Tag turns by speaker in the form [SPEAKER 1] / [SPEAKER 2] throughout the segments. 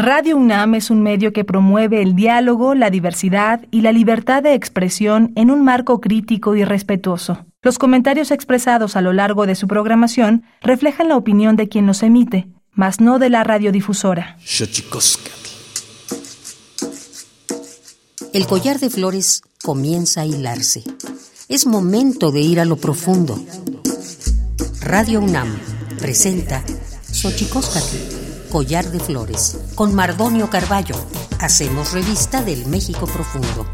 [SPEAKER 1] Radio UNAM es un medio que promueve el diálogo, la diversidad y la libertad de expresión en un marco crítico y respetuoso. Los comentarios expresados a lo largo de su programación reflejan la opinión de quien los emite, mas no de la radiodifusora.
[SPEAKER 2] El collar de flores comienza a hilarse. Es momento de ir a lo profundo. Radio UNAM presenta Xochicóscatl, collar de flores, con Mardonio Carballo. Hacemos revista del México profundo.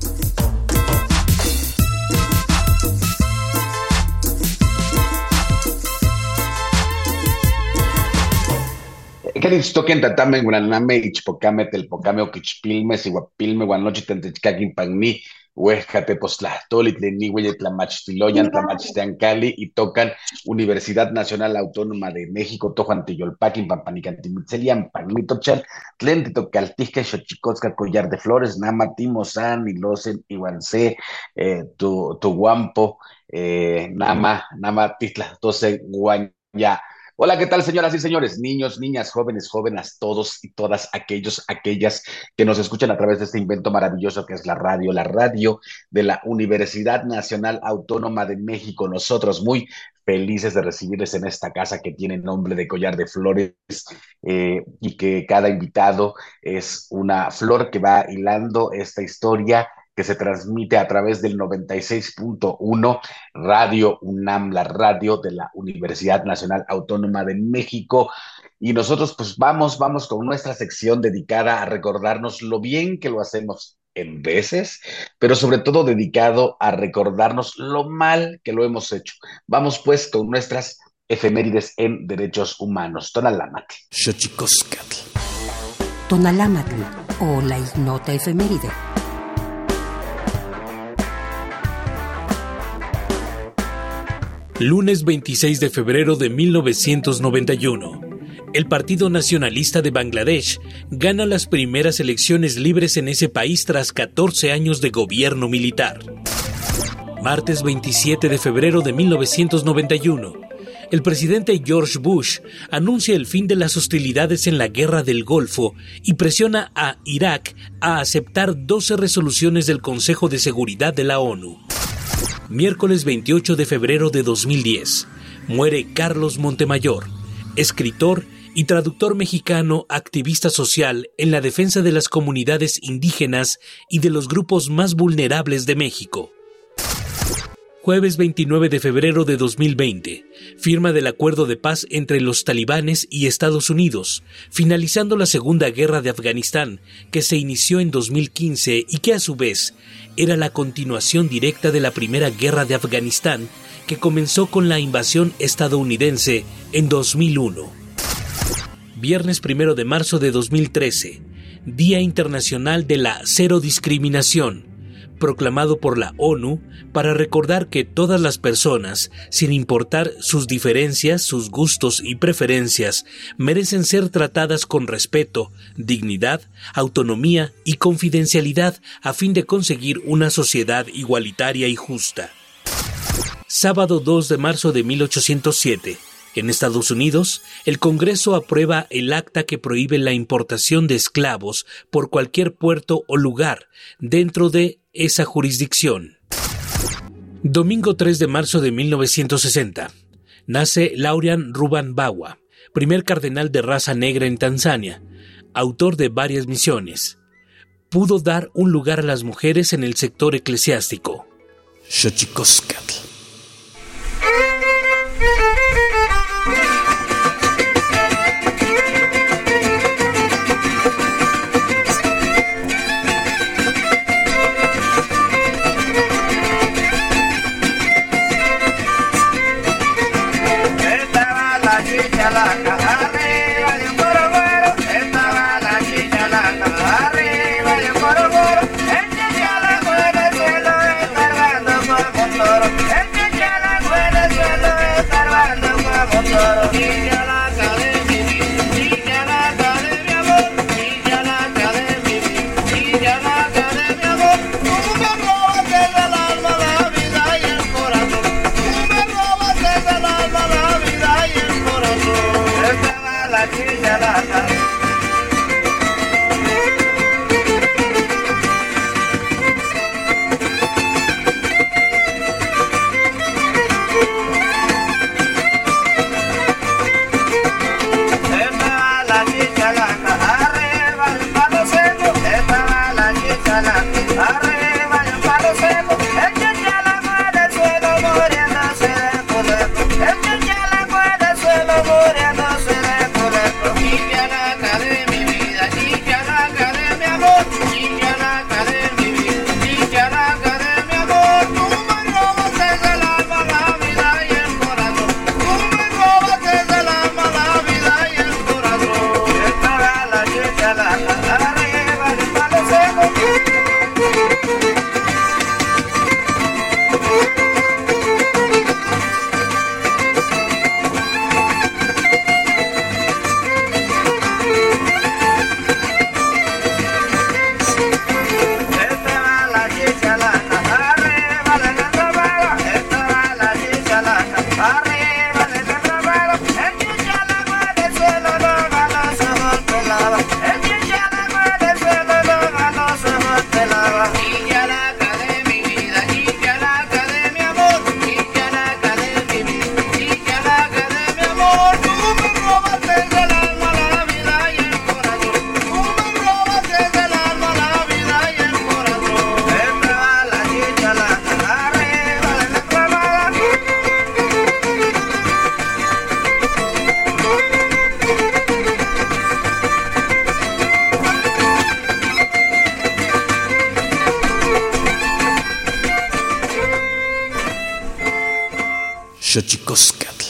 [SPEAKER 3] Toquen tatame guaname ichpocame telpocame oquichpilme siguapilme guanochi tentechcaquin pagni huescate postlahtoli tlenihueye tlamachtiloyan tlamachtiancali y tocan Universidad Nacional Autónoma de México tojuantiyolpaquin pampanicantimutzelian pagnitochal tlen titocaltijque Xochicóscatl collar de flores nama timosan ilosen iwanse tu guampo nama titlahtose guanya. Hola, ¿qué tal, señoras y señores? Niños, niñas, jóvenes, todos y todas aquellas que nos escuchan a través de este invento maravilloso que es la radio de la Universidad Nacional Autónoma de México. Nosotros muy felices de recibirles en esta casa que tiene nombre de Collar de Flores y que cada invitado es una flor que va hilando esta historia que se transmite a través del 96.1 Radio UNAM, la radio de la Universidad Nacional Autónoma de México. Y nosotros pues vamos con nuestra sección dedicada a recordarnos lo bien que lo hacemos en veces, pero sobre todo dedicado a recordarnos lo mal que lo hemos hecho. Vamos pues con nuestras efemérides en derechos humanos. Tonalámatl.
[SPEAKER 2] Xochicóscatl. Tonalámatl, o la ignota efeméride.
[SPEAKER 4] Lunes 26 de febrero de 1991. El Partido Nacionalista de Bangladesh gana las primeras elecciones libres en ese país tras 14 años de gobierno militar. Martes 27 de febrero de 1991. El presidente George Bush anuncia el fin de las hostilidades en la Guerra del Golfo y presiona a Irak a aceptar 12 resoluciones del Consejo de Seguridad de la ONU. Miércoles 28 de febrero de 2010, muere Carlos Montemayor, escritor y traductor mexicano, activista social en la defensa de las comunidades indígenas y de los grupos más vulnerables de México. Jueves 29 de febrero de 2020, firma del acuerdo de paz entre los talibanes y Estados Unidos, finalizando la Segunda Guerra de Afganistán, que se inició en 2015 y que a su vez era la continuación directa de la Primera Guerra de Afganistán, que comenzó con la invasión estadounidense en 2001. Viernes 1 de marzo de 2013, Día Internacional de la Cero Discriminación, proclamado por la ONU para recordar que todas las personas, sin importar sus diferencias, sus gustos y preferencias, merecen ser tratadas con respeto, dignidad, autonomía y confidencialidad a fin de conseguir una sociedad igualitaria y justa. Sábado 2 de marzo de 1807. En Estados Unidos, el Congreso aprueba el acta que prohíbe la importación de esclavos por cualquier puerto o lugar dentro de esa jurisdicción. Domingo 3 de marzo de 1960. Nace Laurian Rubanbawa, primer cardenal de raza negra en Tanzania, autor de varias misiones. Pudo dar un lugar a las mujeres en el sector eclesiástico.
[SPEAKER 2] Xochicóscatl.
[SPEAKER 5] Arriba de un coro, ella ya la mueve, cielo, cargando por motor.
[SPEAKER 4] Xochicóscatl.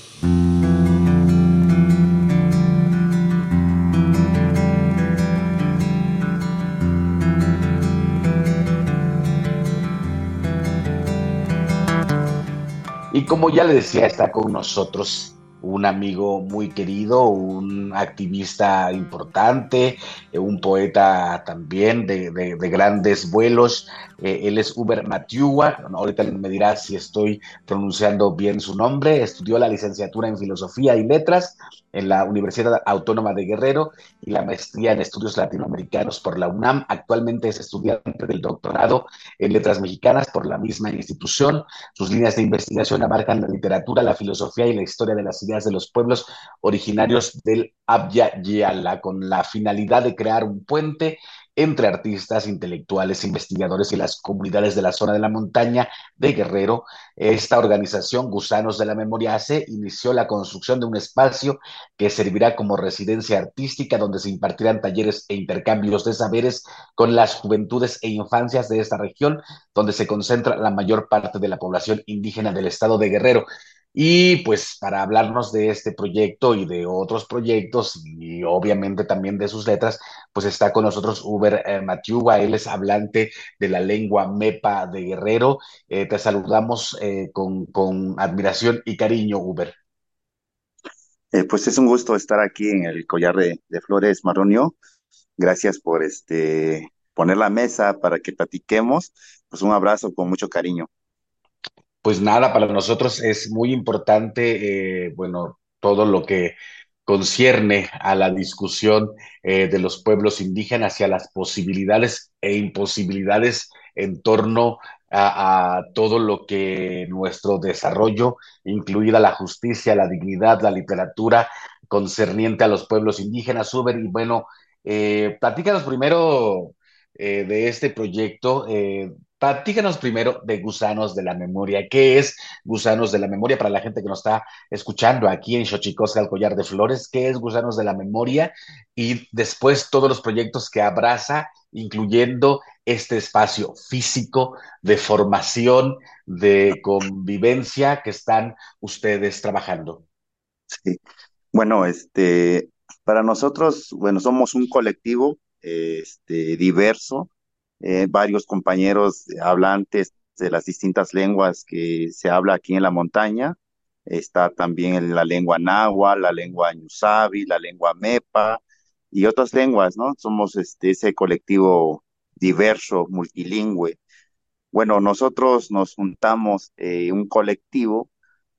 [SPEAKER 3] Y como ya le decía, está con nosotros un amigo muy querido, un activista importante, un poeta también de grandes vuelos. Él es Uber Matiúa. Ahorita me dirá si estoy pronunciando bien su nombre. Estudió la licenciatura en Filosofía y Letras en la Universidad Autónoma de Guerrero y la maestría en Estudios Latinoamericanos por la UNAM. Actualmente es estudiante del doctorado en Letras Mexicanas por la misma institución. Sus líneas de investigación abarcan la literatura, la filosofía y la historia de las ideas de los pueblos originarios del Abya Yala, con la finalidad de crear un puente entre artistas, intelectuales, investigadores y las comunidades de la zona de la montaña de Guerrero. Esta organización, Gusanos de la Memoria AC, inició la construcción de un espacio que servirá como residencia artística donde se impartirán talleres e intercambios de saberes con las juventudes e infancias de esta región, donde se concentra la mayor parte de la población indígena del estado de Guerrero. Y pues para hablarnos de este proyecto y de otros proyectos y obviamente también de sus letras, pues está con nosotros Uber Matiúa. Él es hablante de la lengua Mepa de Guerrero. Te saludamos con admiración y cariño, Uber.
[SPEAKER 5] Pues es un gusto estar aquí en el Collar de Flores Marronio. Gracias por poner la mesa para que platiquemos. Pues un abrazo con mucho cariño.
[SPEAKER 3] Pues nada, para nosotros es muy importante, bueno, todo lo que concierne a la discusión de los pueblos indígenas hacia las posibilidades e imposibilidades en torno a todo lo que nuestro desarrollo, incluida la justicia, la dignidad, la literatura concerniente a los pueblos indígenas. Uber, y bueno, platícanos primero de este proyecto. Platícanos primero de Gusanos de la Memoria. ¿Qué es Gusanos de la Memoria para la gente que nos está escuchando aquí en Xochicosca, el Collar de Flores? ¿Qué es Gusanos de la Memoria? Y después todos los proyectos que abraza, incluyendo este espacio físico de formación, de convivencia que están ustedes trabajando.
[SPEAKER 5] Sí. Bueno, para nosotros, bueno, somos un colectivo, diverso, varios compañeros hablantes de las distintas lenguas que se habla aquí en la montaña. Está también la lengua náhuatl, la lengua ñusabi, la lengua mepa y otras lenguas, ¿no? Somos ese colectivo diverso, multilingüe. Bueno, nosotros nos juntamos un colectivo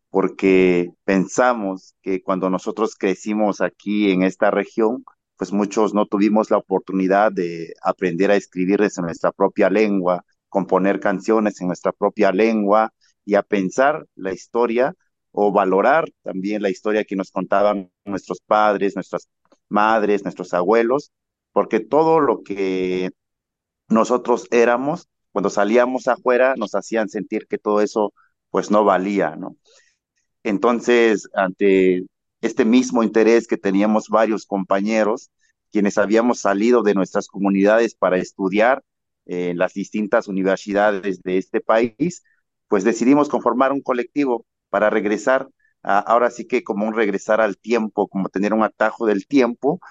[SPEAKER 5] porque pensamos que cuando nosotros crecimos aquí en esta región, pues muchos no tuvimos la oportunidad de aprender a escribir desde nuestra propia lengua, componer canciones en nuestra propia lengua y a pensar la historia o valorar también la historia que nos contaban nuestros padres, nuestras madres, nuestros abuelos, porque todo lo que nosotros éramos, cuando salíamos afuera, nos hacían sentir que todo eso pues no valía, ¿no? Entonces, ante este mismo interés que teníamos varios compañeros, quienes habíamos salido de nuestras comunidades para estudiar en las distintas universidades de este país, pues decidimos conformar un colectivo para regresar, ahora sí que como un regresar al tiempo, como tener un atajo del tiempo,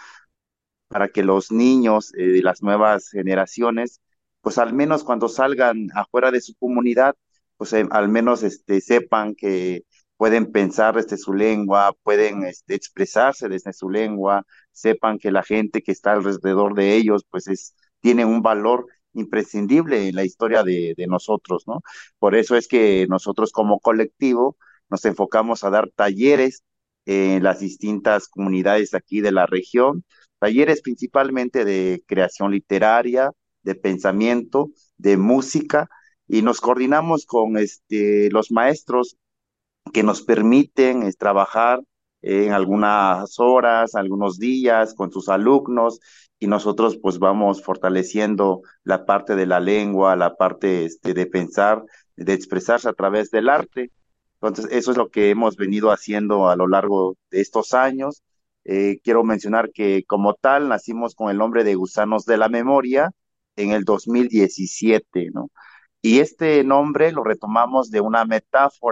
[SPEAKER 5] para que los niños de las nuevas generaciones, pues al menos cuando salgan afuera de su comunidad, pues al menos sepan que pueden pensar desde su lengua, pueden expresarse desde su lengua, sepan que la gente que está alrededor de ellos, pues tiene un valor imprescindible en la historia de nosotros, ¿no? Por eso es que nosotros como colectivo nos enfocamos a dar talleres en las distintas comunidades aquí de la región, talleres principalmente de creación literaria, de pensamiento, de música, y nos coordinamos con los maestros que nos permiten trabajar en algunas horas, algunos días con sus alumnos, y nosotros pues vamos fortaleciendo la parte de la lengua, la parte de pensar, de expresarse a través del arte. Entonces, eso es lo que hemos venido haciendo a lo largo de estos años. Quiero mencionar que como tal nacimos con el nombre de Gusanos de la Memoria en el 2017, ¿no? Y este nombre lo retomamos de una metáfora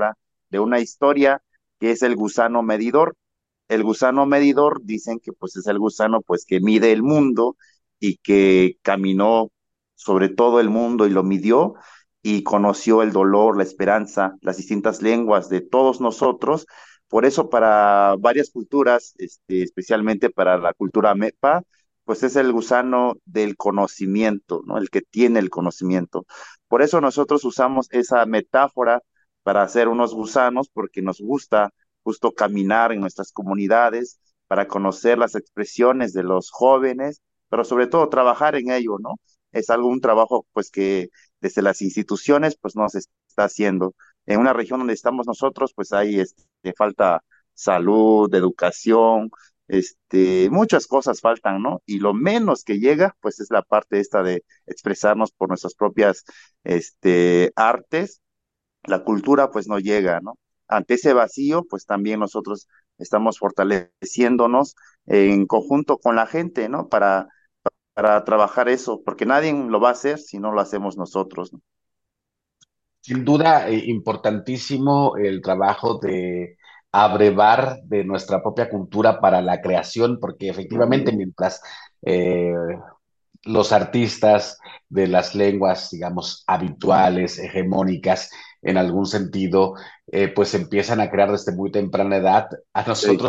[SPEAKER 5] de una historia que es el gusano medidor. El gusano medidor dicen que pues es el gusano pues que mide el mundo y que caminó sobre todo el mundo y lo midió y conoció el dolor, la esperanza, las distintas lenguas de todos nosotros. Por eso para varias culturas, especialmente para la cultura MEPA, pues es el gusano del conocimiento, ¿no? El que tiene el conocimiento. Por eso nosotros usamos esa metáfora para hacer unos gusanos, porque nos gusta justo caminar en nuestras comunidades para conocer las expresiones de los jóvenes, pero sobre todo trabajar en ello, ¿no? Es algo, un trabajo pues que desde las instituciones pues no se está haciendo. En una región donde estamos nosotros pues hay falta salud, educación, muchas cosas faltan, ¿no? Y lo menos que llega pues es la parte esta de expresarnos por nuestras propias artes. La cultura pues no llega, ¿no? Ante ese vacío, pues también nosotros estamos fortaleciéndonos en conjunto con la gente, ¿no? Para trabajar eso, porque nadie lo va a hacer si no lo hacemos nosotros, ¿no?
[SPEAKER 3] Sin duda, importantísimo el trabajo de abrevar de nuestra propia cultura para la creación, porque efectivamente mientras eh, los artistas de las lenguas, digamos, habituales, hegemónicas, en algún sentido, pues empiezan a crear desde muy temprana edad, a
[SPEAKER 5] Sí.
[SPEAKER 3] nosotros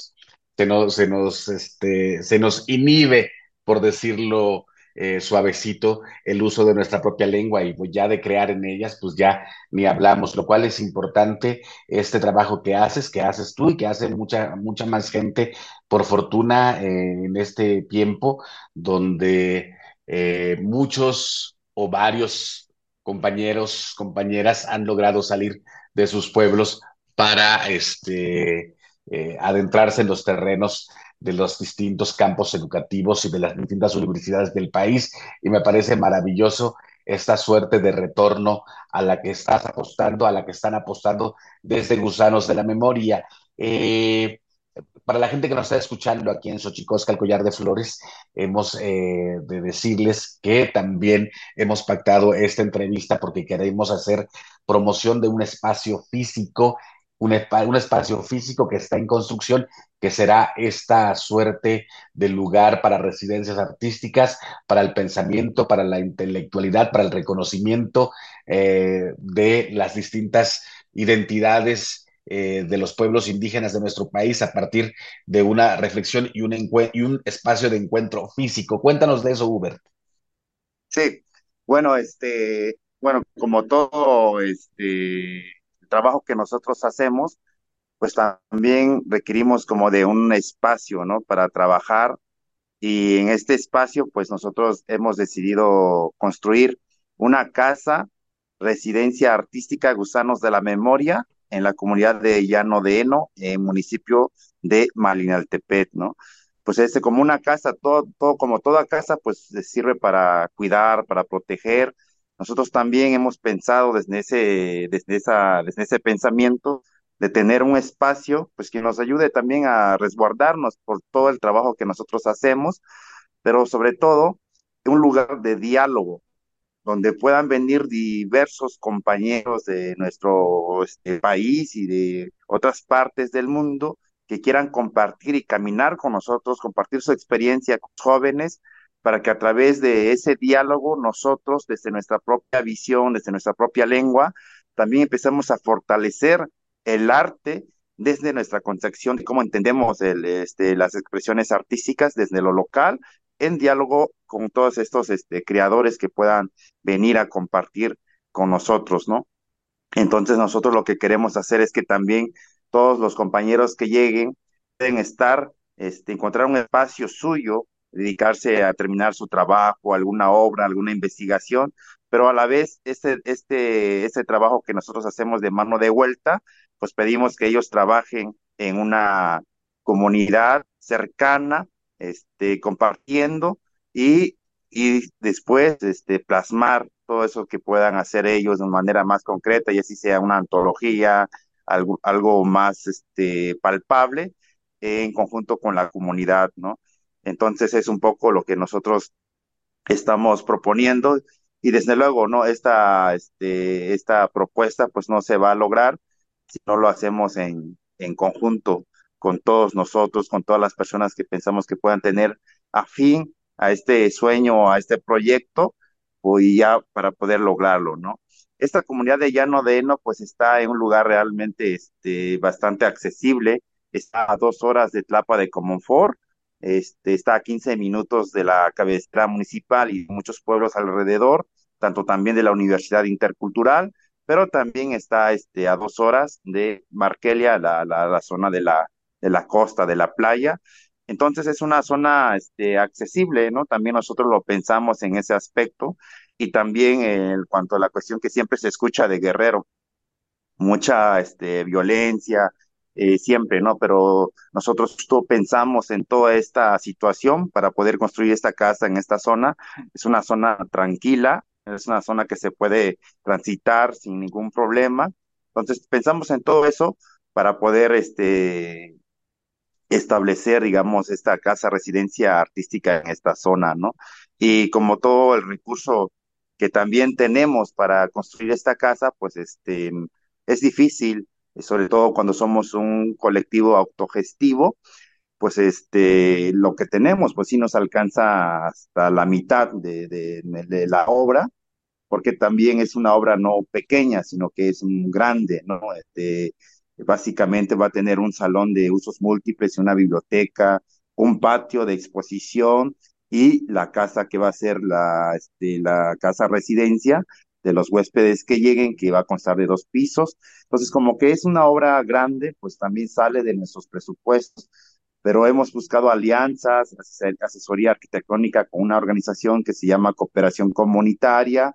[SPEAKER 3] se nos inhibe, por decirlo suavecito, el uso de nuestra propia lengua y pues ya de crear en ellas, pues ya ni hablamos, lo cual es importante este trabajo que haces tú y que hace mucha más gente, por fortuna, en este tiempo donde muchos o varios compañeros, compañeras han logrado salir de sus pueblos para adentrarse en los terrenos de los distintos campos educativos y de las distintas universidades del país. Y me parece maravilloso esta suerte de retorno a la que estás apostando, a la que están apostando desde Gusanos de la Memoria. Para la gente que nos está escuchando aquí en Xochicosca, el Collar de Flores, hemos de decirles que también hemos pactado esta entrevista porque queremos hacer promoción de un espacio físico, un espacio físico que está en construcción, que será esta suerte de lugar para residencias artísticas, para el pensamiento, para la intelectualidad, para el reconocimiento de las distintas identidades de los pueblos indígenas de nuestro país a partir de una reflexión y un espacio de encuentro físico. Cuéntanos de eso, Uber.
[SPEAKER 5] Sí, bueno, bueno, como todo el trabajo que nosotros hacemos, pues también requerimos como de un espacio, ¿no? Para trabajar. Y en este espacio, pues nosotros hemos decidido construir una casa, residencia artística Gusanos de la Memoria, en la comunidad de Llano de Eno, en municipio de Malinaltepet, ¿no? Pues como una casa, todo, como toda casa, pues sirve para cuidar, para proteger. Nosotros también hemos pensado desde ese pensamiento de tener un espacio, pues que nos ayude también a resguardarnos por todo el trabajo que nosotros hacemos, pero sobre todo un lugar de diálogo donde puedan venir diversos compañeros de nuestro país y de otras partes del mundo que quieran compartir y caminar con nosotros, compartir su experiencia con los jóvenes, para que a través de ese diálogo nosotros, desde nuestra propia visión, desde nuestra propia lengua, también empezamos a fortalecer el arte desde nuestra concepción de cómo entendemos las expresiones artísticas desde lo local, en diálogo con todos estos creadores que puedan venir a compartir con nosotros, ¿no? Entonces nosotros lo que queremos hacer es que también todos los compañeros que lleguen pueden estar, encontrar un espacio suyo, dedicarse a terminar su trabajo, alguna obra, alguna investigación, pero a la vez este trabajo que nosotros hacemos de mano de vuelta, pues pedimos que ellos trabajen en una comunidad cercana, compartiendo y después plasmar todo eso que puedan hacer ellos de manera más concreta y así sea una antología, algo más palpable en conjunto con la comunidad, ¿no? Entonces es un poco lo que nosotros estamos proponiendo y desde luego, ¿no? Esta propuesta pues no se va a lograr si no lo hacemos en conjunto con todos nosotros, con todas las personas que pensamos que puedan tener afín a este sueño, a este proyecto, pues ya para poder lograrlo, ¿no? Esta comunidad de Llano de Heno, pues está en un lugar realmente bastante accesible, está a 2 horas de Tlapa de Comonfort, está a 15 minutos de la cabecera municipal y muchos pueblos alrededor, tanto también de la Universidad Intercultural, pero también está a 2 horas de Markelia, la zona de la costa, de la playa. Entonces es una zona accesible, ¿no? También nosotros lo pensamos en ese aspecto y también en cuanto a la cuestión que siempre se escucha de Guerrero, mucha violencia, siempre, ¿no? Pero nosotros justo pensamos en toda esta situación para poder construir esta casa en esta zona. Es una zona tranquila, es una zona que se puede transitar sin ningún problema. Entonces pensamos en todo eso para poder establecer, digamos, esta casa residencia artística en esta zona, ¿no? Y como todo el recurso que también tenemos para construir esta casa, pues es difícil, sobre todo cuando somos un colectivo autogestivo, pues lo que tenemos, pues sí nos alcanza hasta la mitad de la obra, porque también es una obra no pequeña, sino que es grande, ¿no? Básicamente va a tener un salón de usos múltiples, una biblioteca, un patio de exposición y la casa que va a ser la casa residencia de los huéspedes que lleguen, que va a constar de 2 pisos. Entonces, como que es una obra grande, pues también sale de nuestros presupuestos, pero hemos buscado alianzas, asesoría arquitectónica con una organización que se llama Cooperación Comunitaria,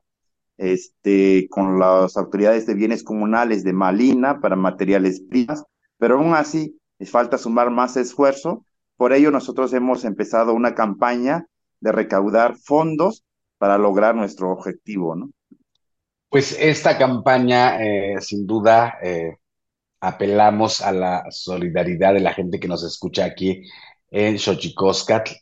[SPEAKER 5] con las autoridades de bienes comunales de Malina para materiales primas, pero aún así les falta sumar más esfuerzo. Por ello nosotros hemos empezado una campaña de recaudar fondos para lograr nuestro objetivo, ¿no?
[SPEAKER 3] Pues esta campaña, sin duda, apelamos a la solidaridad de la gente que nos escucha aquí en Xochicóscatl,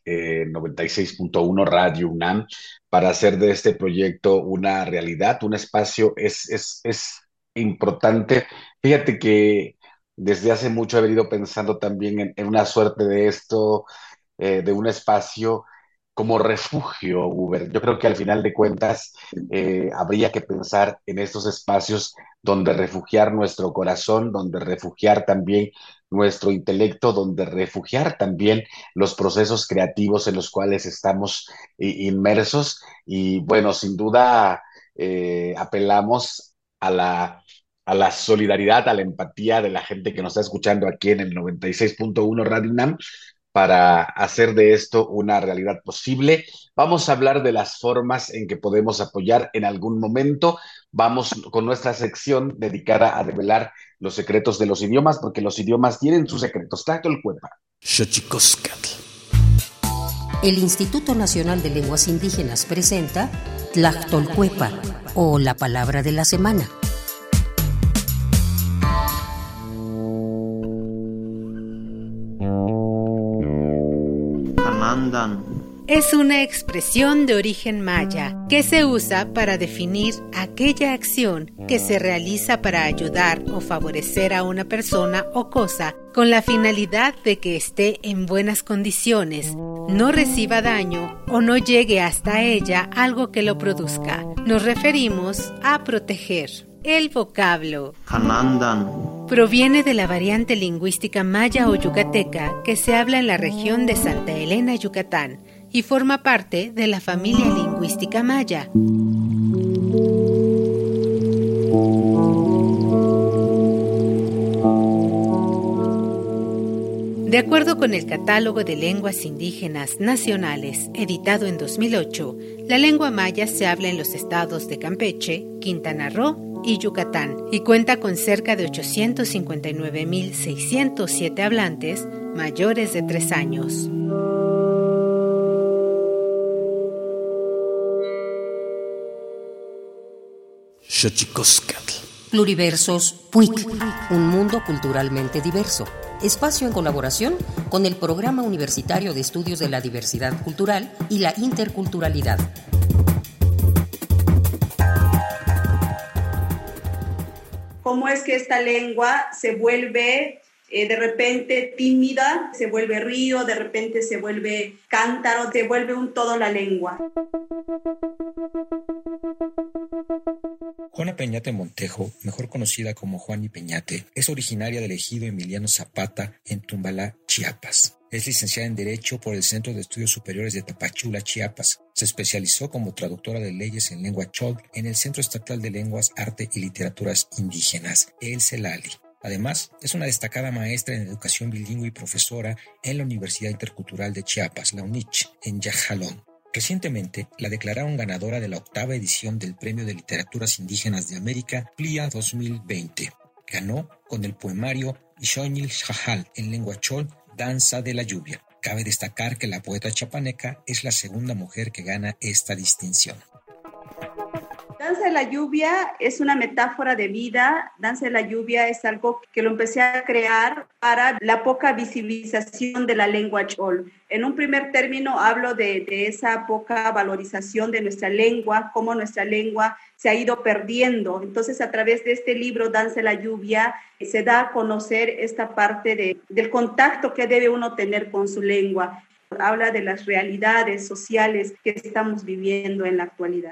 [SPEAKER 3] 96.1 Radio UNAM, para hacer de este proyecto una realidad, un espacio. Es importante. Fíjate que desde hace mucho he venido pensando también en una suerte de esto, de un espacio como refugio, Uber. Yo creo que al final de cuentas habría que pensar en estos espacios donde refugiar nuestro corazón, donde refugiar también nuestro intelecto, donde refugiar también los procesos creativos en los cuales estamos inmersos. Y bueno, sin duda apelamos a la solidaridad, a la empatía de la gente que nos está escuchando aquí en el 96.1 Radio UNAM para hacer de esto una realidad posible. Vamos a hablar de las formas en que podemos apoyar en algún momento. Vamos con nuestra sección dedicada a revelar los secretos de los idiomas, porque los idiomas tienen sus secretos. Tlactolcuepa.
[SPEAKER 4] Xochicóscatl.
[SPEAKER 2] El Instituto Nacional de Lenguas Indígenas presenta Tlactolcuepa, o la palabra de la semana.
[SPEAKER 6] Es una expresión de origen maya que se usa para definir aquella acción que se realiza para ayudar o favorecer a una persona o cosa con la finalidad de que esté en buenas condiciones, no reciba daño o no llegue hasta ella algo que lo produzca. Nos referimos a proteger. El vocablo Hanandan proviene de la variante lingüística maya o yucateca que se habla en la región de Santa Elena, Yucatán, y forma parte de la familia lingüística maya. De acuerdo con el Catálogo de Lenguas Indígenas Nacionales, editado en 2008, la lengua maya se habla en los estados de Campeche, Quintana Roo y Yucatán, y cuenta con cerca de 859.607 hablantes mayores de 3 años.
[SPEAKER 4] Xochicóscatl.
[SPEAKER 2] Pluriversos PUIC, un mundo culturalmente diverso. Espacio en colaboración con el Programa Universitario de Estudios de la Diversidad Cultural y la Interculturalidad.
[SPEAKER 7] cómo es que esta lengua se vuelve de repente tímida, se vuelve río, de repente se vuelve cántaro, se vuelve un todo la lengua.
[SPEAKER 8] Juana Peñate Montejo, mejor conocida como Juani Peñate, es originaria del ejido Emiliano Zapata en Tumbalá, Chiapas. Es licenciada en Derecho por el Centro de Estudios Superiores de Tapachula, Chiapas. Se especializó como traductora de leyes en lengua chol en el Centro Estatal de Lenguas, Arte y Literaturas Indígenas, el CELALI. Además, es una destacada maestra en educación bilingüe y profesora en la Universidad Intercultural de Chiapas, la UNICH, en Yajalón. Recientemente, la declararon ganadora de la 8ª edición del Premio de Literaturas Indígenas de América, PLIA 2020. Ganó con el poemario Ixoñil Xajal, en lengua chol, Danza de la Lluvia. Cabe destacar que la poeta chapaneca es la segunda mujer que gana esta distinción.
[SPEAKER 7] Danza de la lluvia es una metáfora de vida. Danza de la lluvia es algo que lo empecé a crear para la poca visibilización de la lengua chol. En un primer término hablo de esa poca valorización de nuestra lengua, cómo nuestra lengua se ha ido perdiendo. Entonces, a través de este libro, Danza de la lluvia, se da a conocer esta parte del contacto que debe uno tener con su lengua. Habla de las realidades sociales que estamos viviendo en la actualidad.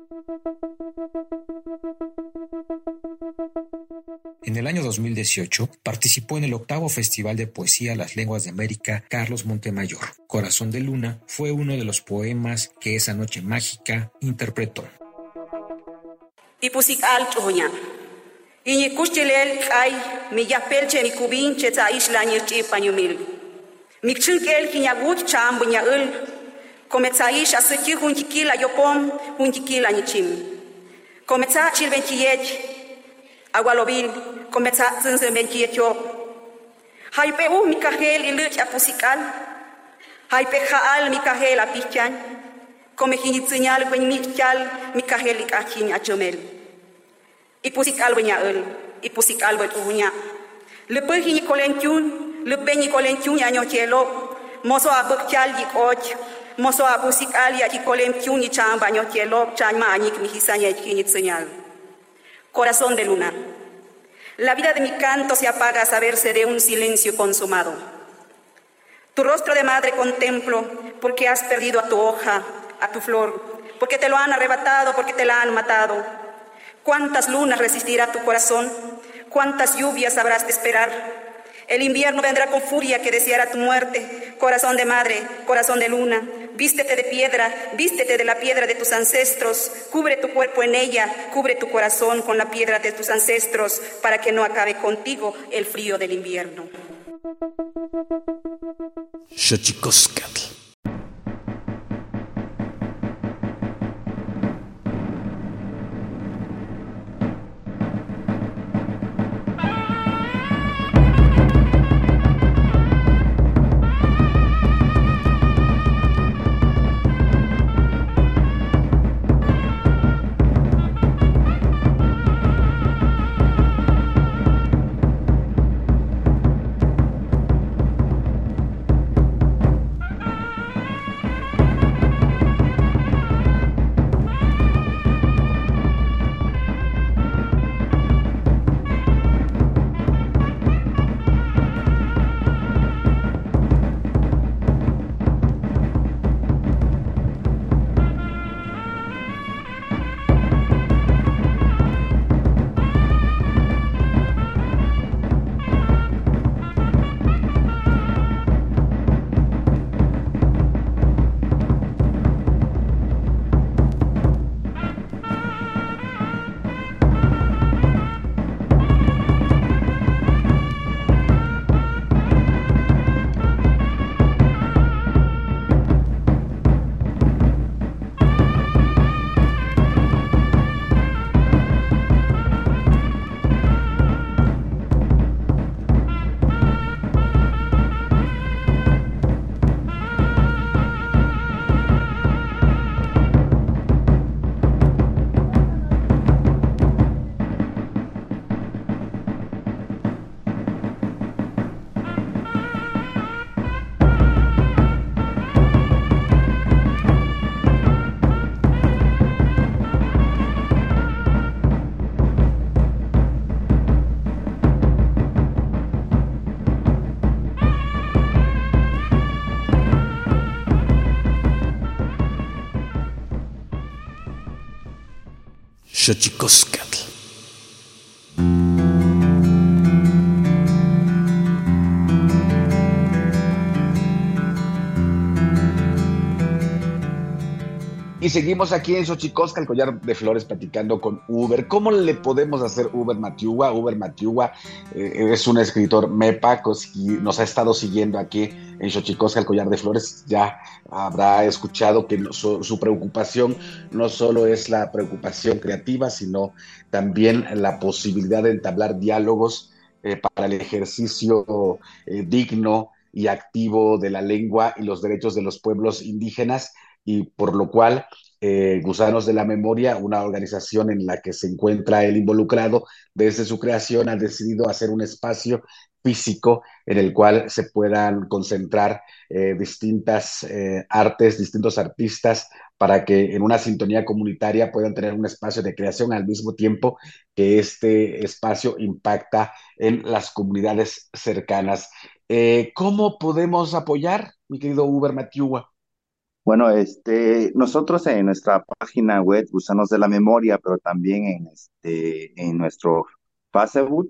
[SPEAKER 8] En el año 2018 participó en el 8º Festival de Poesía Las Lenguas de América Carlos Montemayor. Corazón de Luna fue uno de los poemas que esa noche mágica interpretó.
[SPEAKER 9] Ipusik altuña. Iñi kuchilel ay mi yapelche mi kubinche ta islañir chipañumil. Mi chunkel kiñagut chambuña ul. Comenzaish a seki juntikila yopom juntikila nichim. Comenzar chilventiyech agualobil comenzar zinzembentiyechop. Haipe mikahel iluch apusikal. Haipe jaal mikahel apichan. Come hinitziñal wen michal mikahel ikachin achomel. Ipusikal wenya ul, ipusikal wet uña. Lepe hinikolentyun, lepe nikolentyun anyochelo. Moso abukchal yikoch. Moso apusikal yachikolem y chamba ñotielo chama añik mijisaña señal. Corazón de luna. La vida de mi canto se apaga a saberse de un silencio consumado. Tu rostro de madre contemplo porque has perdido a tu hoja, a tu flor, porque te lo han arrebatado, porque te la han matado. ¿Cuántas lunas resistirá tu corazón? ¿Cuántas lluvias habrás de esperar? El invierno vendrá con furia que deseará tu muerte. Corazón de madre, corazón de luna, vístete de piedra, vístete de la piedra de tus ancestros, cubre tu cuerpo en ella, cubre tu corazón con la piedra de tus ancestros, para que no acabe contigo el frío del invierno.
[SPEAKER 4] Xochicóscatl. Xochicóscatl.
[SPEAKER 3] Y seguimos aquí en Xochicosca, el collar de flores, platicando con Uber. ¿Cómo le podemos hacer Uber Matiúa? Uber Matiúa es un escritor MEPA y nos ha estado siguiendo aquí en Xochicosca, el collar de flores. Ya habrá escuchado que su preocupación no solo es la preocupación creativa, sino también la posibilidad de entablar diálogos para el ejercicio digno y activo de la lengua y los derechos de los pueblos indígenas, y por lo cual Gusanos de la Memoria, una organización en la que se encuentra él involucrado desde su creación, ha decidido hacer un espacio físico en el cual se puedan concentrar distintas artes, distintos artistas, para que en una sintonía comunitaria puedan tener un espacio de creación al mismo tiempo que este espacio impacta en las comunidades cercanas. ¿Cómo podemos apoyar, mi querido Uber Matiúa?
[SPEAKER 5] Bueno, nosotros en nuestra página web, Gusanos de la Memoria, pero también en nuestro Facebook,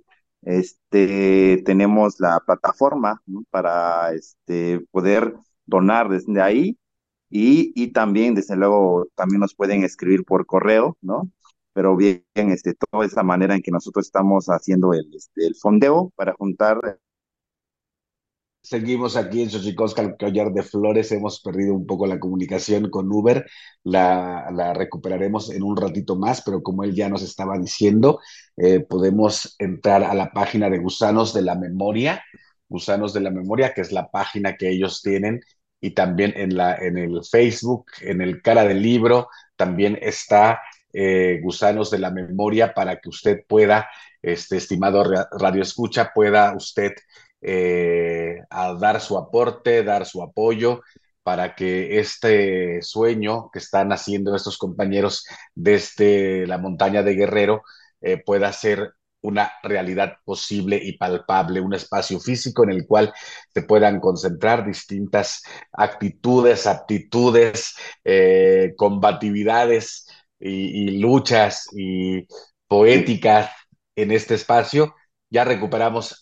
[SPEAKER 5] tenemos la plataforma, ¿no? Para poder donar desde ahí y también, desde luego, también nos pueden escribir por correo, ¿no? Pero bien, toda esa manera en que nosotros estamos haciendo el fondeo para juntar.
[SPEAKER 3] Seguimos aquí en Xochicosca, el collar de flores. Hemos perdido un poco la comunicación con Uber. La recuperaremos en un ratito más, pero como él ya nos estaba diciendo, podemos entrar a la página de Gusanos de la Memoria, que es la página que ellos tienen, y también en el Facebook, en el cara del libro, también está Gusanos de la Memoria, para que usted pueda, estimado Radio Escucha, pueda usted a dar su aporte, dar su apoyo para que este sueño que están haciendo estos compañeros desde la montaña de Guerrero pueda ser una realidad posible y palpable, un espacio físico en el cual se puedan concentrar distintas actitudes, aptitudes, combatividades y luchas y poéticas en este espacio. Ya recuperamos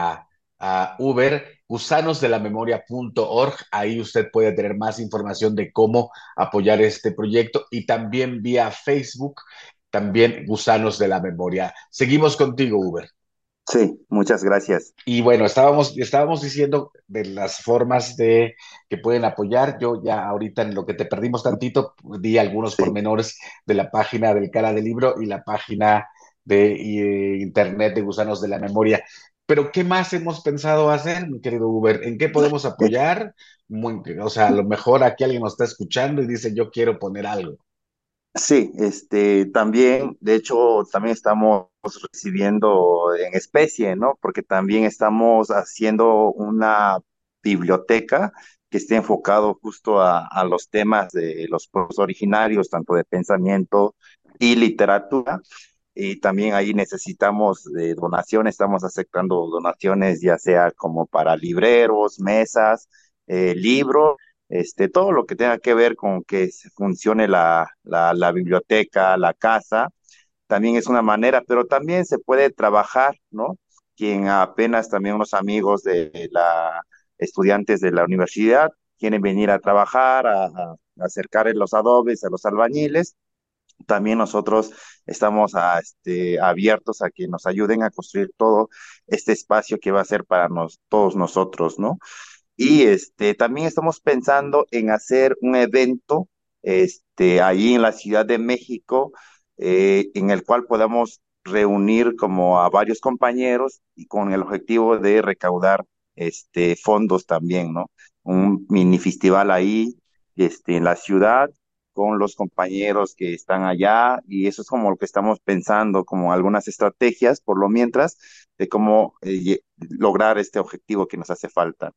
[SPEAKER 3] a Uber, gusanosdelamemoria.org. Ahí usted puede tener más información de cómo apoyar este proyecto, y también vía Facebook, también Gusanos de la Memoria. Seguimos contigo, Uber.
[SPEAKER 5] Sí, muchas gracias.
[SPEAKER 3] Y bueno, estábamos diciendo de las formas de que pueden apoyar. Yo ya ahorita, en lo que te perdimos tantito, di algunos
[SPEAKER 5] Sí.
[SPEAKER 3] pormenores de la página del Cara del Libro y la página de internet de Gusanos de la Memoria. Pero ¿qué más hemos pensado hacer, mi querido Uber? ¿En qué podemos apoyar? O sea, a lo mejor aquí alguien nos está escuchando y dice, yo quiero poner algo.
[SPEAKER 5] Sí, también, de hecho, también estamos recibiendo en especie, ¿no? Porque también estamos haciendo una biblioteca que esté enfocado justo a los temas de los pueblos originarios, tanto de pensamiento y literatura. Y también ahí necesitamos donaciones, estamos aceptando donaciones, ya sea como para libreros, mesas, libros, todo lo que tenga que ver con que se funcione la biblioteca, la casa, también es una manera, pero también se puede trabajar, ¿no? Quien apenas, también unos amigos de la estudiantes de la universidad quieren venir a trabajar, a acercar los adobes a los albañiles. También nosotros estamos abiertos a que nos ayuden a construir todo este espacio que va a ser para todos nosotros, ¿no? Y también estamos pensando en hacer un evento ahí en la Ciudad de México, en el cual podamos reunir como a varios compañeros y con el objetivo de recaudar fondos también, ¿no? Un mini festival ahí en la ciudad con los compañeros que están allá, y eso es como lo que estamos pensando, como algunas estrategias por lo mientras de cómo lograr este objetivo que nos hace falta.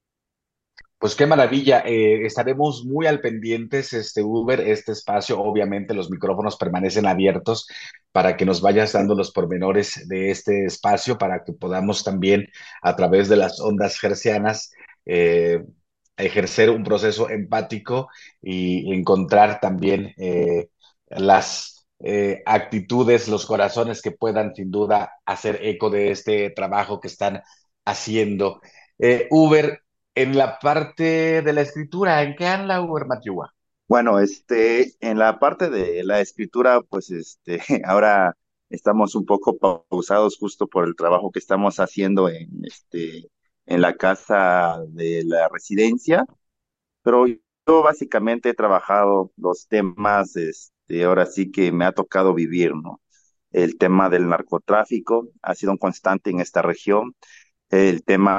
[SPEAKER 3] Pues qué maravilla. Estaremos muy al pendientes, Uber, este espacio. Obviamente los micrófonos permanecen abiertos para que nos vayas dando los pormenores de este espacio, para que podamos también, a través de las ondas hercianas, eh, ejercer un proceso empático y encontrar también las actitudes, los corazones que puedan sin duda hacer eco de este trabajo que están haciendo. Uber, en la parte de la escritura, ¿en qué anda Uber Matiúa?
[SPEAKER 5] Bueno, en la parte de la escritura, pues, ahora estamos un poco pausados justo por el trabajo que estamos haciendo en la casa de la residencia, pero yo básicamente he trabajado los temas, ahora sí que me ha tocado vivir, ¿no? El tema del narcotráfico ha sido un constante en esta región, el tema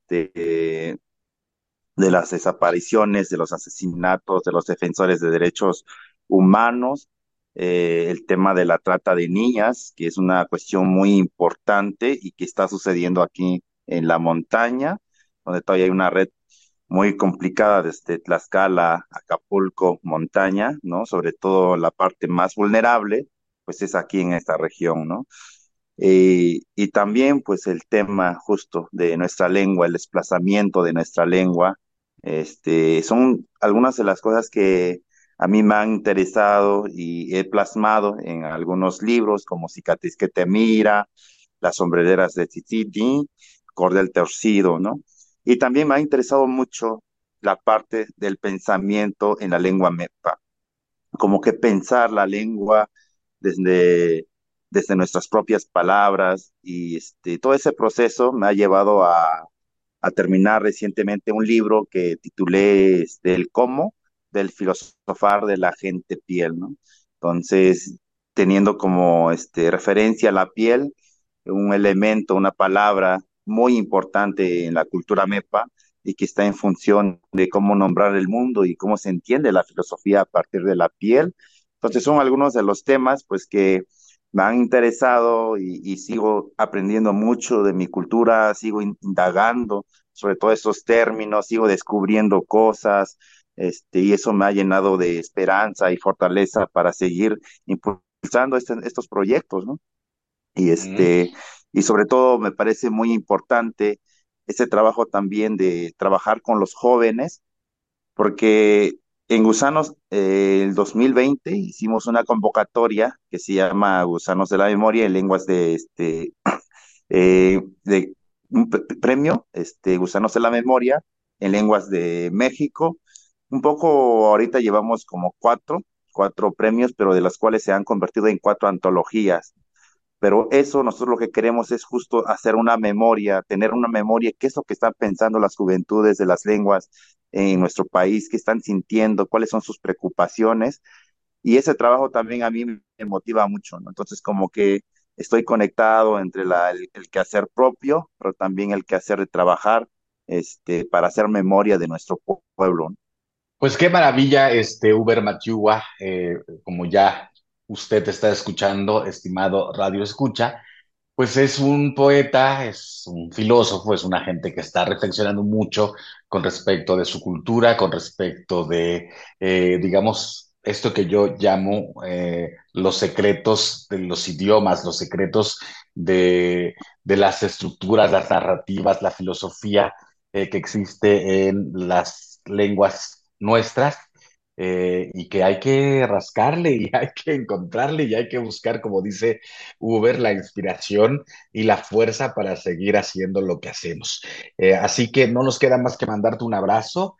[SPEAKER 5] de las desapariciones, de los asesinatos, de los defensores de derechos humanos, el tema de la trata de niñas, que es una cuestión muy importante y que está sucediendo aquí en la montaña, donde todavía hay una red muy complicada desde Tlaxcala, Acapulco, montaña, ¿no? Sobre todo la parte más vulnerable, pues es aquí en esta región, ¿no? Y también, pues, el tema justo de nuestra lengua, el desplazamiento de nuestra lengua, son algunas de las cosas que a mí me han interesado y he plasmado en algunos libros como Cicatriz que te mira, Las sombrereras de Tititi, Cordel torcido, ¿no? Y también me ha interesado mucho la parte del pensamiento en la lengua mepa, como que pensar la lengua desde, desde nuestras propias palabras y todo ese proceso me ha llevado a terminar recientemente un libro que titulé El cómo del filosofar de la gente piel, ¿no? Entonces, teniendo como referencia a la piel, un elemento, una palabra muy importante en la cultura mepa y que está en función de cómo nombrar el mundo y cómo se entiende la filosofía a partir de la piel. Entonces son algunos de los temas pues que me han interesado y sigo aprendiendo mucho de mi cultura, sigo indagando sobre todos esos términos, sigo descubriendo cosas, y eso me ha llenado de esperanza y fortaleza para seguir impulsando estos proyectos, ¿no? Y
[SPEAKER 3] Mm.
[SPEAKER 5] y sobre todo me parece muy importante este trabajo también de trabajar con los jóvenes, porque en Gusanos, el 2020 hicimos una convocatoria que se llama Gusanos de la Memoria en lenguas de un premio, Gusanos de la Memoria en lenguas de México. Un poco ahorita llevamos como cuatro premios, pero de las cuales se han convertido en cuatro antologías. Pero eso nosotros lo que queremos es justo hacer una memoria, tener una memoria, qué es lo que están pensando las juventudes de las lenguas en nuestro país, qué están sintiendo, cuáles son sus preocupaciones. Y ese trabajo también a mí me motiva mucho, ¿no? Entonces como que estoy conectado entre el quehacer propio, pero también el quehacer de trabajar para hacer memoria de nuestro pueblo, ¿no?
[SPEAKER 3] Pues qué maravilla, Uber Matiúa, como ya usted está escuchando, estimado Radio Escucha, pues es un poeta, es un filósofo, es una gente que está reflexionando mucho con respecto de su cultura, con respecto de, digamos, esto que yo llamo los secretos de los idiomas, los secretos de las estructuras, las narrativas, la filosofía que existe en las lenguas nuestras. Y que hay que rascarle y hay que encontrarle y hay que buscar, como dice Uber, la inspiración y la fuerza para seguir haciendo lo que hacemos. Así que no nos queda más que mandarte un abrazo,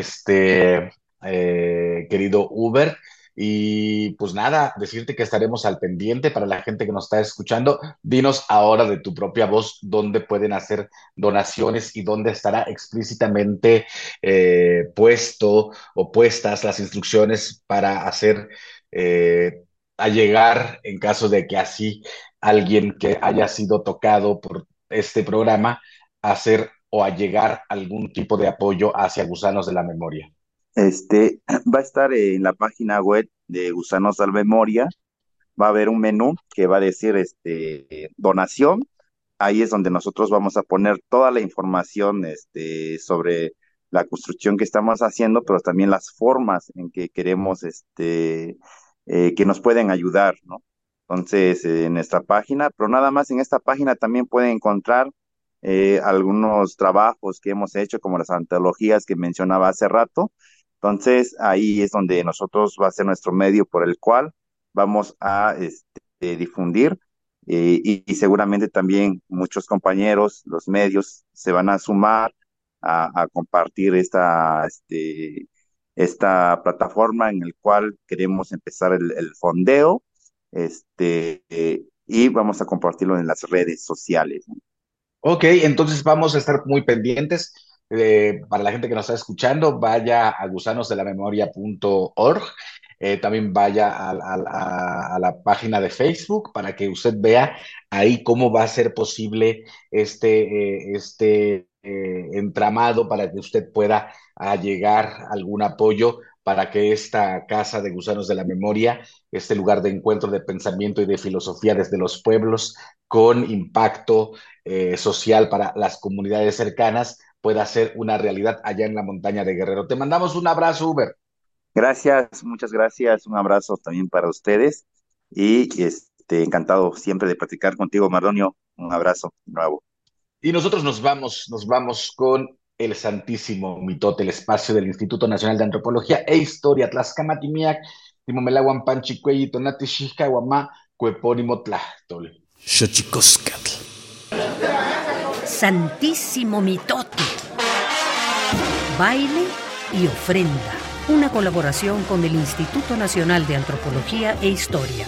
[SPEAKER 3] querido Uber. Y pues nada, decirte que estaremos al pendiente para la gente que nos está escuchando. Dinos ahora de tu propia voz dónde pueden hacer donaciones y dónde estará explícitamente puesto o puestas las instrucciones para hacer a llegar en caso de que así alguien que haya sido tocado por este programa a hacer o a llegar algún tipo de apoyo hacia Gusanos de la Memoria.
[SPEAKER 5] Va a estar en la página web de Gusanos de la Memoria, va a haber un menú que va a decir donación. Ahí es donde nosotros vamos a poner toda la información sobre la construcción que estamos haciendo, pero también las formas en que queremos que nos pueden ayudar, ¿no? Entonces, en esta página, pero nada más en esta página también pueden encontrar algunos trabajos que hemos hecho, como las antologías que mencionaba hace rato. Entonces, ahí es donde nosotros va a ser nuestro medio por el cual vamos a difundir y seguramente también muchos compañeros, los medios, se van a sumar a compartir esta plataforma en el cual queremos empezar el fondeo, y vamos a compartirlo en las redes sociales.
[SPEAKER 3] Ok, entonces vamos a estar muy pendientes. Para la gente que nos está escuchando, vaya a gusanosdelamemoria.org. También vaya a la página de Facebook para que usted vea ahí cómo va a ser posible este entramado para que usted pueda llegar algún apoyo para que esta Casa de Gusanos de la Memoria, este lugar de encuentro de pensamiento y de filosofía desde los pueblos con impacto social para las comunidades cercanas, pueda ser una realidad allá en la montaña de Guerrero. Te mandamos un abrazo, Uber.
[SPEAKER 5] Gracias, muchas gracias. Un abrazo también para ustedes y encantado siempre de platicar contigo, Mardonio. Un abrazo de nuevo.
[SPEAKER 3] Y nosotros nos vamos con el Santísimo Mitote, el espacio del Instituto Nacional de Antropología e Historia, Tlaxcamatimiac, Timomelaguan Panchicuey, Tonati Xixcahuamá, Cuepónimo Tlachtol.
[SPEAKER 4] Xochicóscatl.
[SPEAKER 2] Santísimo Mitote. Baile y ofrenda. Una colaboración con el Instituto Nacional de Antropología e Historia.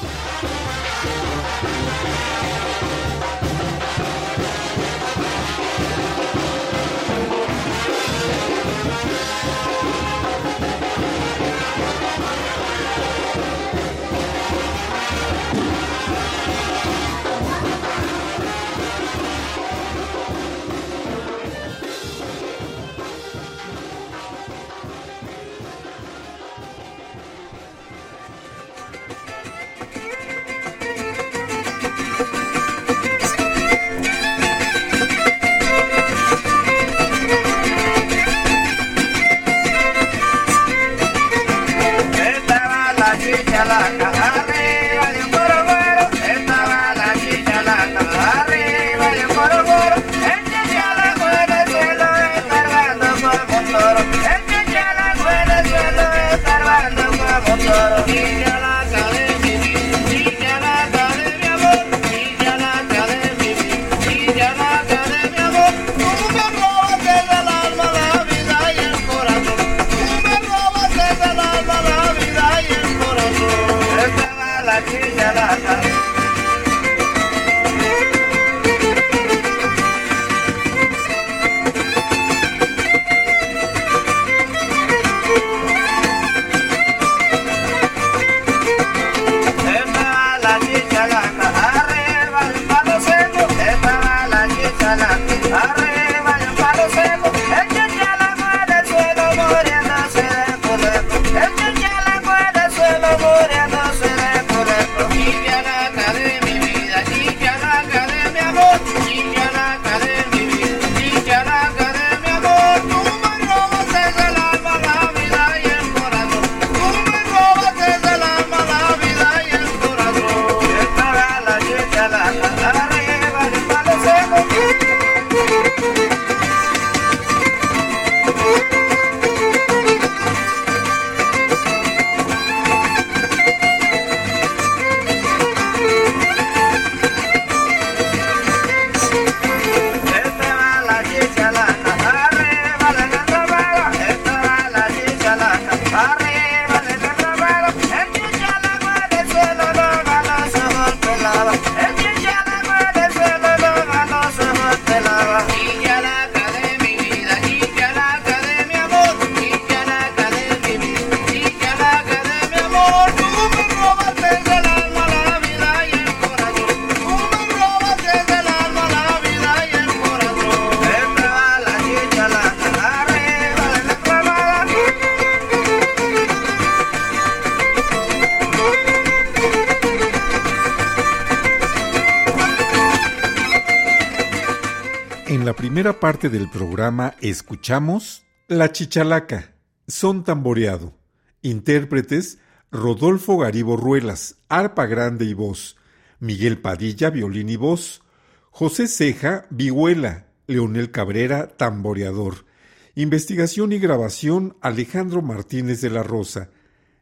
[SPEAKER 10] En la primera parte del programa escuchamos La Chichalaca, son tamboreado. Intérpretes: Rodolfo Garibo Ruelas, arpa grande y voz; Miguel Padilla, violín y voz; José Ceja, vihuela; Leonel Cabrera, tamboreador. Investigación y grabación: Alejandro Martínez de la Rosa.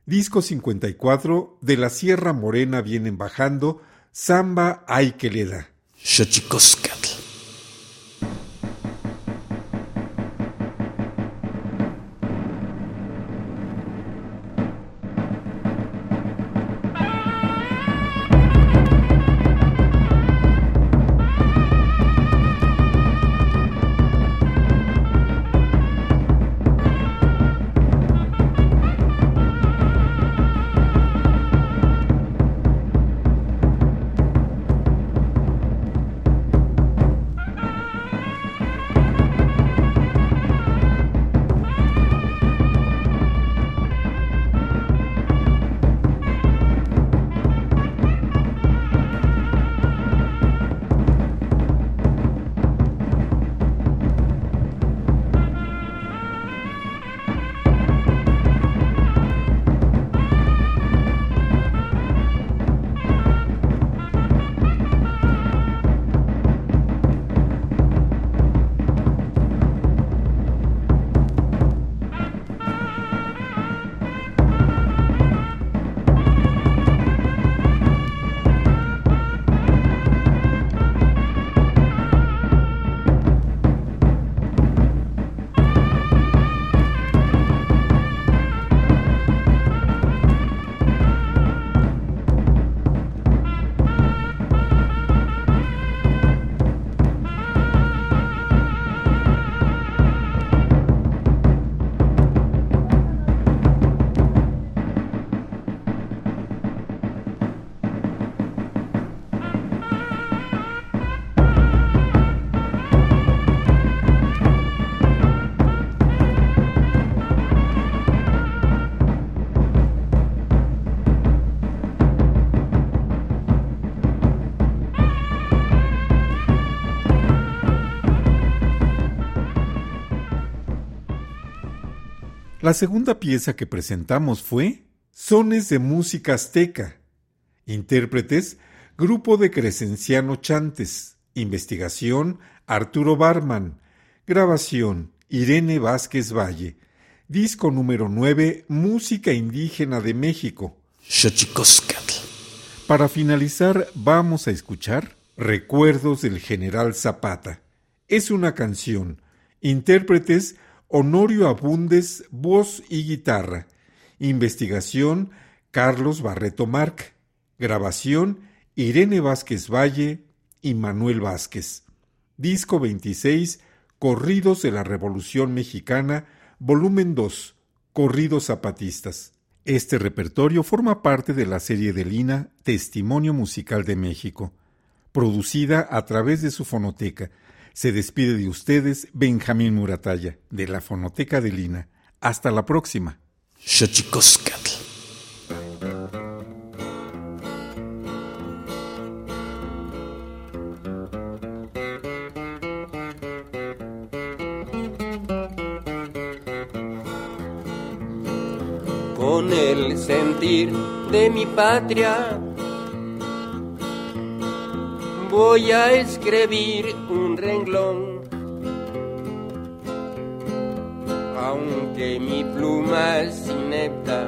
[SPEAKER 10] Disco 54, de la Sierra Morena vienen bajando, Samba Ay que le da.
[SPEAKER 4] Xochicóscatl.
[SPEAKER 10] La segunda pieza que presentamos fue Sones de Música Azteca. Intérpretes, Grupo de Crescenciano Chantes. Investigación, Arturo Barman. Grabación, Irene Vázquez Valle. Disco número 9, Música Indígena de México.
[SPEAKER 4] Xochicóscatl.
[SPEAKER 10] Para finalizar, vamos a escuchar Recuerdos del General Zapata. Es una canción. Intérpretes, Honorio Abundes, voz y guitarra. Investigación, Carlos Barreto Marc. Grabación, Irene Vázquez Valle y Manuel Vázquez. Disco 26, Corridos de la Revolución Mexicana, volumen 2, Corridos Zapatistas. Este repertorio forma parte de la serie de Lina, Testimonio Musical de México, producida a través de su fonoteca. Se despide de ustedes Benjamín Muratalla, de la Fonoteca de Lina. Hasta la próxima.
[SPEAKER 4] Xochicóscatl.
[SPEAKER 11] Con el sentir de mi patria voy a escribir un renglón, aunque mi pluma es inepta,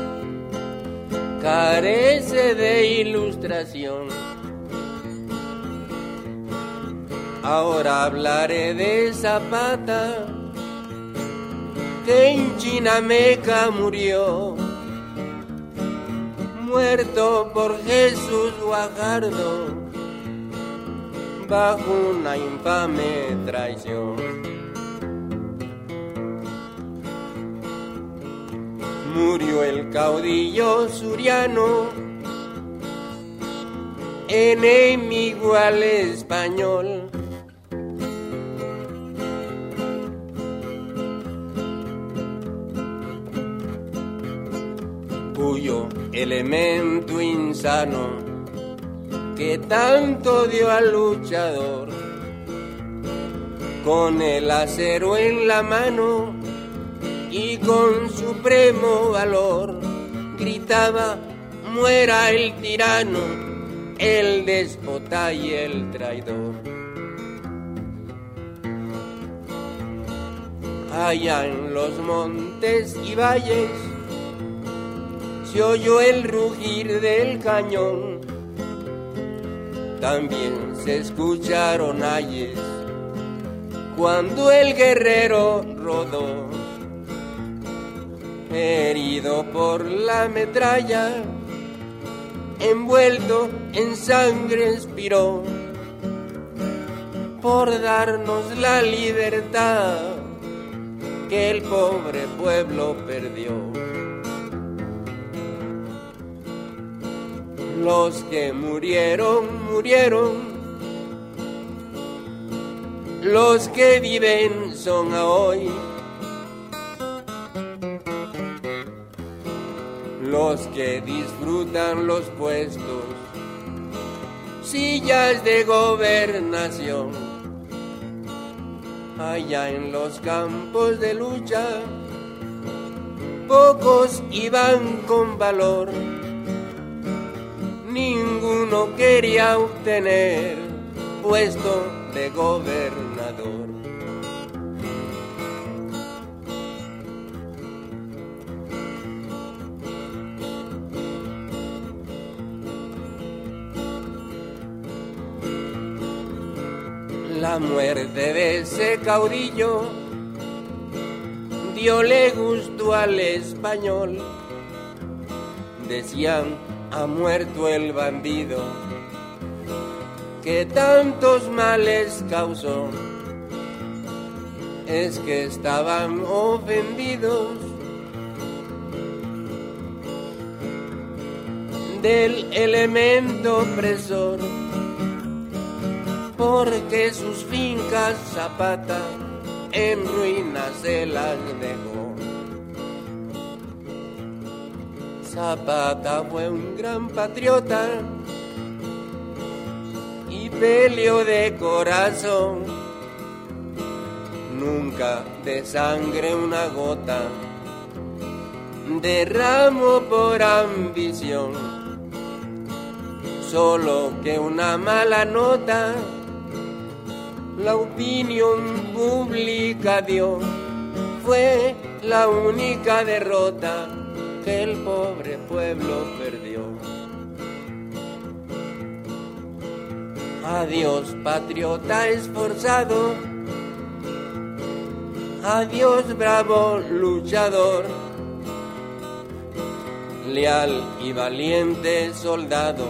[SPEAKER 11] carece de ilustración. Ahora hablaré de Zapata, que en Chinameca murió, muerto por Jesús Guajardo, bajo una infame traición. Murió el caudillo suriano, enemigo al español. Cuyo elemento insano que tanto dio al luchador, con el acero en la mano y con supremo valor, gritaba: muera el tirano, el déspota y el traidor. Allá en los montes y valles se oyó el rugir del cañón. También se escucharon ayes cuando el guerrero rodó, herido por la metralla, envuelto en sangre expiró, por darnos la libertad que el pobre pueblo perdió. Los que murieron, murieron. Los que viven son a hoy. Los que disfrutan los puestos, sillas de gobernación, allá en los campos de lucha, pocos iban con valor. Ninguno quería obtener puesto de gobernador. La muerte de ese caudillo diole gusto al español. Decían, ha muerto el bandido que tantos males causó. Es que estaban ofendidos del elemento opresor, porque sus fincas Zapata en ruinas se las dejó. Zapata fue un gran patriota y peleó de corazón, nunca de sangre una gota derramó por ambición, solo que una mala nota la opinión pública dio, fue la única derrota que el pobre pueblo perdió. Adiós, patriota esforzado, adiós, bravo luchador, leal y valiente soldado,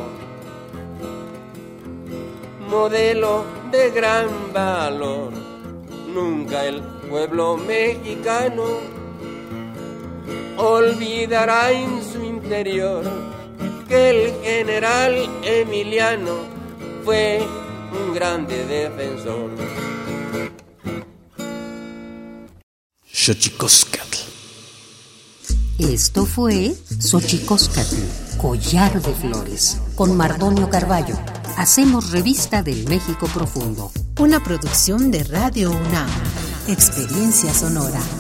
[SPEAKER 11] modelo de gran valor. Nunca el pueblo mexicano olvidará en su interior que el general Emiliano fue un grande defensor.
[SPEAKER 4] Xochicóscatl.
[SPEAKER 2] Esto fue Xochicóscatl, Collar de Flores, con Mardonio Carballo. Hacemos revista del México profundo.
[SPEAKER 6] Una producción de Radio UNAM.
[SPEAKER 2] Experiencia sonora.